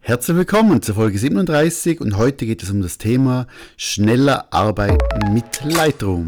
Herzlich willkommen zur Folge 37 und heute geht es um das Thema schneller arbeiten mit Lightroom.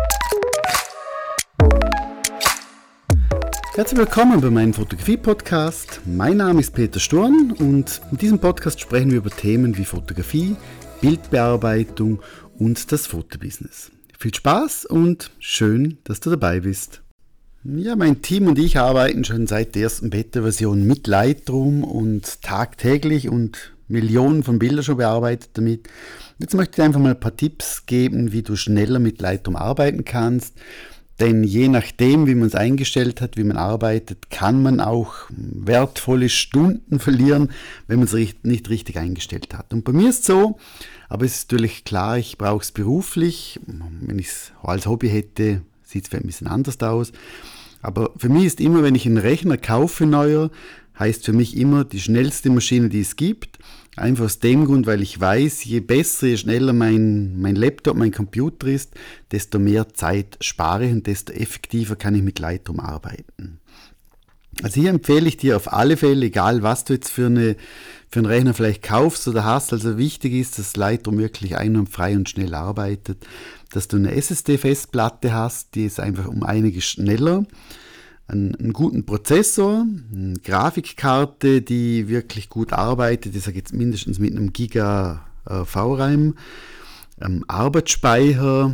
Herzlich willkommen bei meinem Fotografie-Podcast. Mein Name ist Peter Sturm und in diesem Podcast sprechen wir über Themen wie Fotografie, Bildbearbeitung und das Fotobusiness. Viel Spaß und schön, dass du dabei bist. Ja, mein Team und ich arbeiten schon seit der ersten Beta-Version mit Lightroom und tagtäglich und Millionen von Bildern schon bearbeitet damit. Jetzt möchte ich dir einfach mal ein paar Tipps geben, wie du schneller mit Lightroom arbeiten kannst. Denn je nachdem, wie man es eingestellt hat, wie man arbeitet, kann man auch wertvolle Stunden verlieren, wenn man es nicht richtig eingestellt hat. Und bei mir ist es so, aber es ist natürlich klar, ich brauche es beruflich. Wenn ich es als Hobby hätte, sieht es vielleicht ein bisschen anders aus. Aber für mich ist immer, wenn ich einen Rechner kaufe neuer, heißt für mich immer die schnellste Maschine, die es gibt. Einfach aus dem Grund, weil ich weiß, je besser, je schneller mein Laptop, mein Computer ist, desto mehr Zeit spare ich und desto effektiver kann ich mit Lightroom arbeiten. Also hier empfehle ich dir auf alle Fälle, egal was du jetzt für einen Rechner vielleicht kaufst oder hast, also wichtig ist, dass Lightroom wirklich einwandfrei und schnell arbeitet, dass du eine SSD-Festplatte hast, die ist einfach um einiges schneller, einen guten Prozessor, eine Grafikkarte, die wirklich gut arbeitet, ich sage jetzt mindestens mit einem Giga VRAM, Arbeitsspeicher,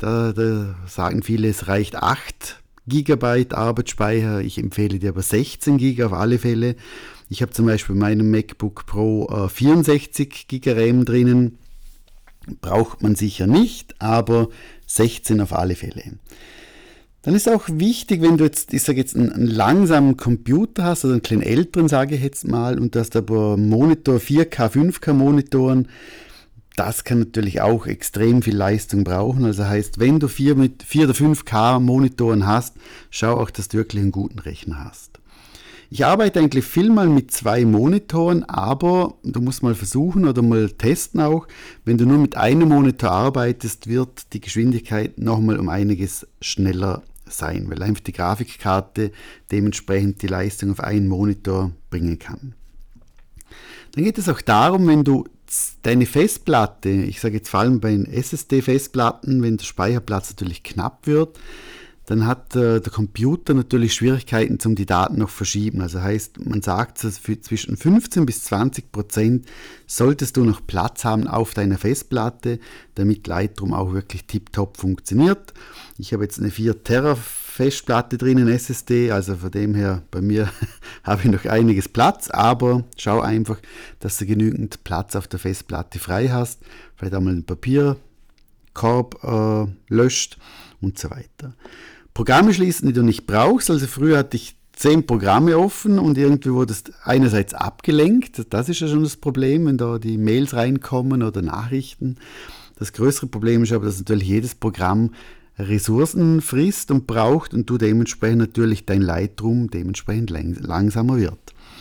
da sagen viele, es reicht 8 GB Arbeitsspeicher, ich empfehle dir aber 16 GB auf alle Fälle. Ich habe zum Beispiel in meinem MacBook Pro 64 GB RAM drinnen, braucht man sicher nicht, aber 16 auf alle Fälle. Dann ist auch wichtig, wenn du jetzt, ich sage jetzt, einen langsamen Computer hast, also einen kleinen älteren, sage ich jetzt mal, und du hast aber Monitor, 4K, 5K Monitoren, das kann natürlich auch extrem viel Leistung brauchen. Also heißt, wenn du 4 oder 5K Monitoren hast, schau auch, dass du wirklich einen guten Rechner hast. Ich arbeite eigentlich viel mal mit 2 Monitoren, aber du musst mal versuchen oder mal testen auch, wenn du nur mit einem Monitor arbeitest, wird die Geschwindigkeit nochmal um einiges schneller sein, weil einfach die Grafikkarte dementsprechend die Leistung auf einen Monitor bringen kann. Dann geht es auch darum, wenn du deine Festplatte, ich sage jetzt vor allem bei den SSD-Festplatten, wenn der Speicherplatz natürlich knapp wird, dann hat der Computer natürlich Schwierigkeiten, um die Daten noch verschieben. Also heißt, man sagt, für zwischen 15 bis 20% solltest du noch Platz haben auf deiner Festplatte, damit Lightroom auch wirklich tiptop funktioniert. Ich habe jetzt eine 4 Terra Festplatte drinnen, SSD, also von dem her, bei mir habe ich noch einiges Platz, aber schau einfach, dass du genügend Platz auf der Festplatte frei hast, vielleicht einmal einen Papierkorb löscht und so weiter. Programme schließen, die du nicht brauchst, also früher hatte ich 10 Programme offen und irgendwie wurde es einerseits abgelenkt, das ist ja schon das Problem, wenn da die Mails reinkommen oder Nachrichten. Das größere Problem ist aber, dass natürlich jedes Programm Ressourcen frisst und braucht und du dementsprechend natürlich dein Lightroom dementsprechend langsamer wird.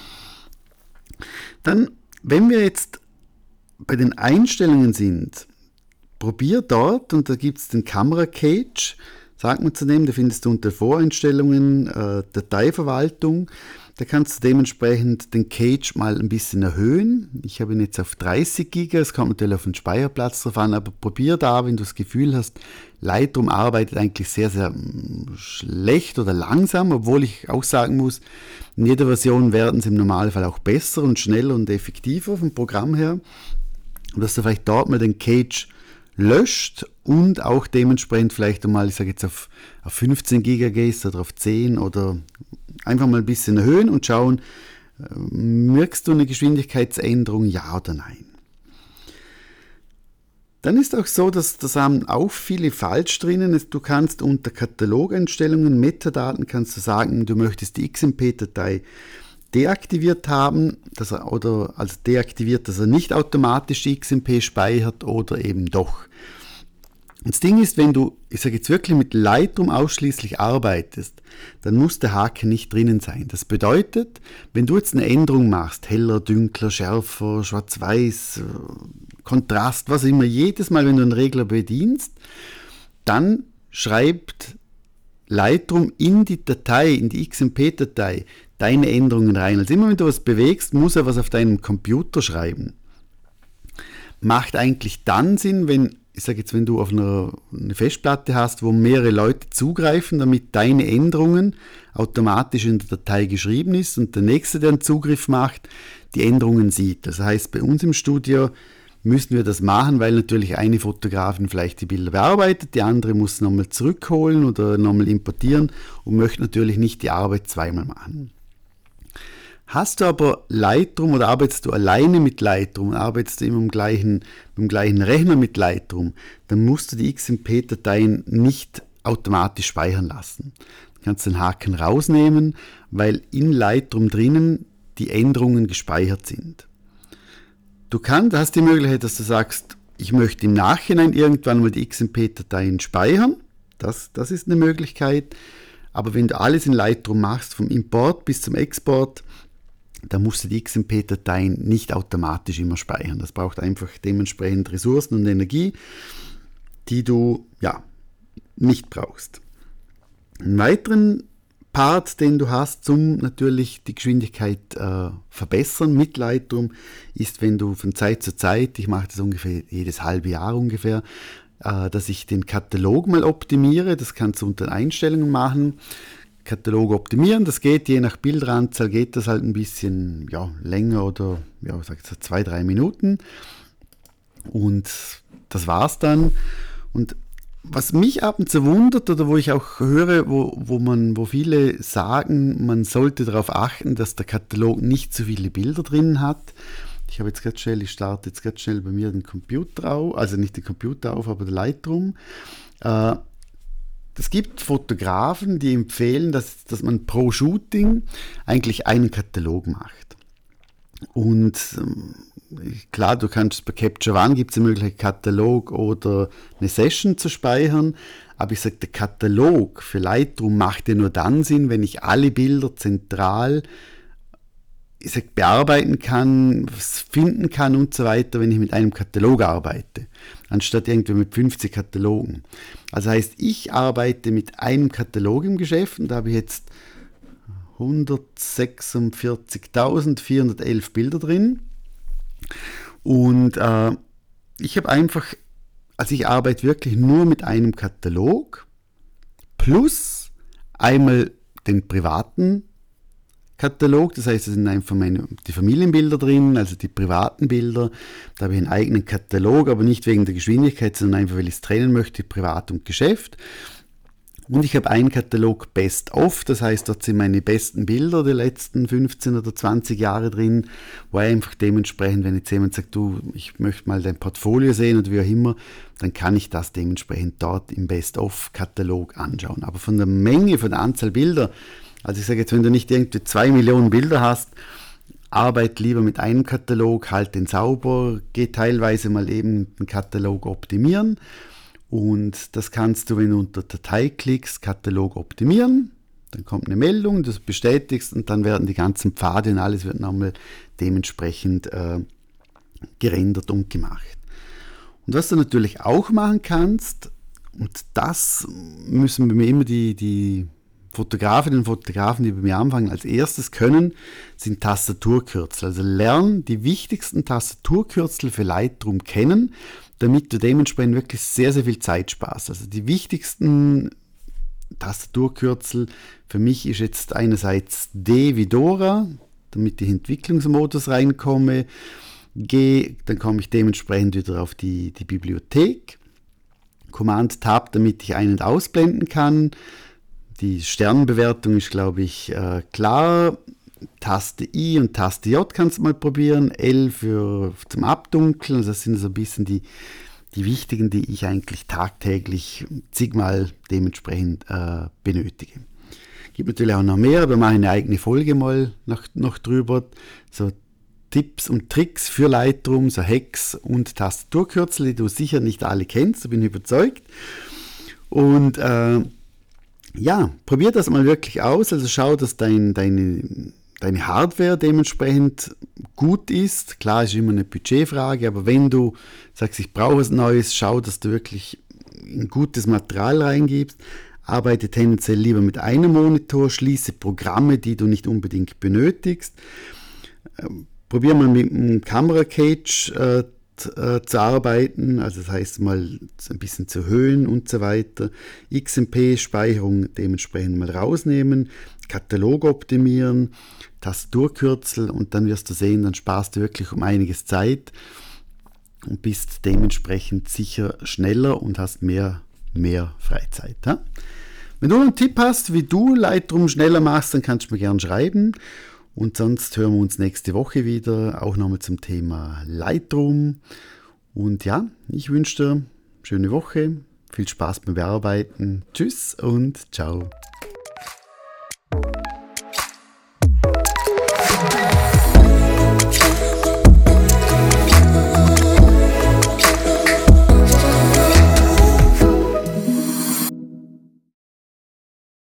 Dann, wenn wir jetzt bei den Einstellungen sind, probier dort, und da gibt es den Camera Cage, sagt man zu dem, da findest du unter Voreinstellungen, Dateiverwaltung, da kannst du dementsprechend den Cage mal ein bisschen erhöhen. Ich habe ihn jetzt auf 30 GB, es kommt natürlich auf den Speicherplatz drauf an, aber probier da, wenn du das Gefühl hast, Lightroom arbeitet eigentlich sehr, sehr schlecht oder langsam, obwohl ich auch sagen muss, in jeder Version werden sie im Normalfall auch besser und schneller und effektiver vom Programm her. Und dass du vielleicht dort mal den Cage löscht und auch dementsprechend vielleicht einmal, ich sage jetzt auf 15 GB gehst oder auf 10 oder einfach mal ein bisschen erhöhen und schauen, merkst du eine Geschwindigkeitsänderung, ja oder nein. Dann ist auch so, dass das haben auch viele falsch drinnen. Du kannst unter Katalogeinstellungen, Metadaten, kannst du sagen, du möchtest die XMP-Datei deaktiviert haben, dass er nicht automatisch die XMP speichert oder eben doch. Und das Ding ist, wenn du, ich sage jetzt wirklich mit Lightroom ausschließlich arbeitest, dann muss der Haken nicht drinnen sein. Das bedeutet, wenn du jetzt eine Änderung machst, heller, dünkler, schärfer, schwarz-weiß, Kontrast, was immer, jedes Mal, wenn du einen Regler bedienst, dann schreibt Lightroom in die Datei, in die XMP-Datei, deine Änderungen rein. Also immer wenn du was bewegst, muss er was auf deinem Computer schreiben. Macht eigentlich dann Sinn, wenn, ich sage jetzt, wenn du auf eine Festplatte hast, wo mehrere Leute zugreifen, damit deine Änderungen automatisch in der Datei geschrieben ist und der Nächste, der einen Zugriff macht, die Änderungen sieht. Das heißt, bei uns im Studio müssen wir das machen, weil natürlich eine Fotografin vielleicht die Bilder bearbeitet, die andere muss nochmal zurückholen oder nochmal importieren und möchte natürlich nicht die Arbeit zweimal machen. Hast du aber Lightroom oder arbeitest du alleine mit Lightroom, arbeitest du immer mit dem gleichen Rechner mit Lightroom, dann musst du die XMP-Dateien nicht automatisch speichern lassen. Du kannst den Haken rausnehmen, weil in Lightroom drinnen die Änderungen gespeichert sind. Du hast die Möglichkeit, dass du sagst, ich möchte im Nachhinein irgendwann mal die XMP-Dateien speichern. Das ist eine Möglichkeit. Aber wenn du alles in Lightroom machst, vom Import bis zum Export, dann musst du die XMP-Dateien nicht automatisch immer speichern. Das braucht einfach dementsprechend Ressourcen und Energie, die du nicht brauchst. Einen weiteren Part, den du hast, um natürlich die Geschwindigkeit verbessern mit Lightroom, ist, wenn du von Zeit zu Zeit, ich mache das ungefähr jedes halbe Jahr ungefähr, dass ich den Katalog mal optimiere. Das kannst du unter den Einstellungen machen. Katalog optimieren, das geht je nach Bilderanzahl, geht das halt ein bisschen länger oder 2-3 Minuten und das war's dann. Und was mich ab und zu wundert oder wo ich auch höre, wo viele sagen, man sollte darauf achten, dass der Katalog nicht zu viele Bilder drin hat. Ich starte jetzt ganz schnell bei mir den Computer auf, also nicht den Computer auf, aber den Lightroom. Es gibt Fotografen, die empfehlen, dass man pro Shooting eigentlich einen Katalog macht. Und klar, du kannst bei Capture One gibt es die Möglichkeit, Katalog oder eine Session zu speichern. Aber ich sage, der Katalog für Lightroom macht ja nur dann Sinn, wenn ich alle Bilder zentral bearbeiten kann, finden kann und so weiter, wenn ich mit einem Katalog arbeite, anstatt irgendwie mit 50 Katalogen. Also heißt, ich arbeite mit einem Katalog im Geschäft und da habe ich jetzt 146.411 Bilder drin und ich habe einfach, also ich arbeite wirklich nur mit einem Katalog plus einmal den privaten Katalog, das heißt, es sind einfach die Familienbilder drin, also die privaten Bilder. Da habe ich einen eigenen Katalog, aber nicht wegen der Geschwindigkeit, sondern einfach, weil ich es trennen möchte, Privat und Geschäft. Und ich habe einen Katalog Best of, das heißt, dort sind meine besten Bilder der letzten 15 oder 20 Jahre drin, wo einfach dementsprechend, wenn jetzt jemand sagt, du, ich möchte mal dein Portfolio sehen oder wie auch immer, dann kann ich das dementsprechend dort im Best of Katalog anschauen. Aber von der Menge, von der Anzahl Bilder, also ich sage jetzt, wenn du nicht irgendwie 2 Millionen Bilder hast, arbeite lieber mit einem Katalog, halt den sauber, geh teilweise mal eben den Katalog optimieren und das kannst du, wenn du unter Datei klickst, Katalog optimieren, dann kommt eine Meldung, das bestätigst und dann werden die ganzen Pfade und alles wird nochmal dementsprechend gerendert und gemacht. Und was du natürlich auch machen kannst, und das müssen wir immer die Fotografinnen und Fotografen, die bei mir anfangen, als erstes können, sind Tastaturkürzel. Also lern die wichtigsten Tastaturkürzel für Lightroom kennen, damit du dementsprechend wirklich sehr, sehr viel Zeit sparst. Also die wichtigsten Tastaturkürzel für mich ist jetzt einerseits D wie Dora, damit ich in den Entwicklungsmodus reinkomme. G, dann komme ich dementsprechend wieder auf die Bibliothek. Command Tab, damit ich ein- und ausblenden kann. Die Sternbewertung ist, glaube ich, klar. Taste I und Taste J kannst du mal probieren. L zum Abdunkeln. Also das sind so ein bisschen die wichtigen, die ich eigentlich tagtäglich zigmal dementsprechend benötige. Gibt natürlich auch noch mehr, aber mache eine eigene Folge mal noch drüber. So Tipps und Tricks für Lightroom, so Hacks und Tastaturkürzel, die du sicher nicht alle kennst, da bin ich überzeugt. Und probier das mal wirklich aus. Also schau, dass deine Hardware dementsprechend gut ist. Klar, ist immer eine Budgetfrage, aber wenn du sagst, ich brauche was Neues, schau, dass du wirklich ein gutes Material reingibst. Arbeite tendenziell lieber mit einem Monitor, schließe Programme, die du nicht unbedingt benötigst. Probier mal mit einem Kameracage zu arbeiten, also das heißt mal ein bisschen zu erhöhen und so weiter. XMP-Speicherung dementsprechend mal rausnehmen, Katalog optimieren, Tastaturkürzel und dann wirst du sehen, dann sparst du wirklich um einiges Zeit und bist dementsprechend sicher schneller und hast mehr Freizeit. Ja? Wenn du einen Tipp hast, wie du Lightroom schneller machst, dann kannst du mir gerne schreiben. Und sonst hören wir uns nächste Woche wieder, auch nochmal zum Thema Lightroom. Und ja, ich wünsche dir eine schöne Woche, viel Spaß beim Bearbeiten. Tschüss und ciao.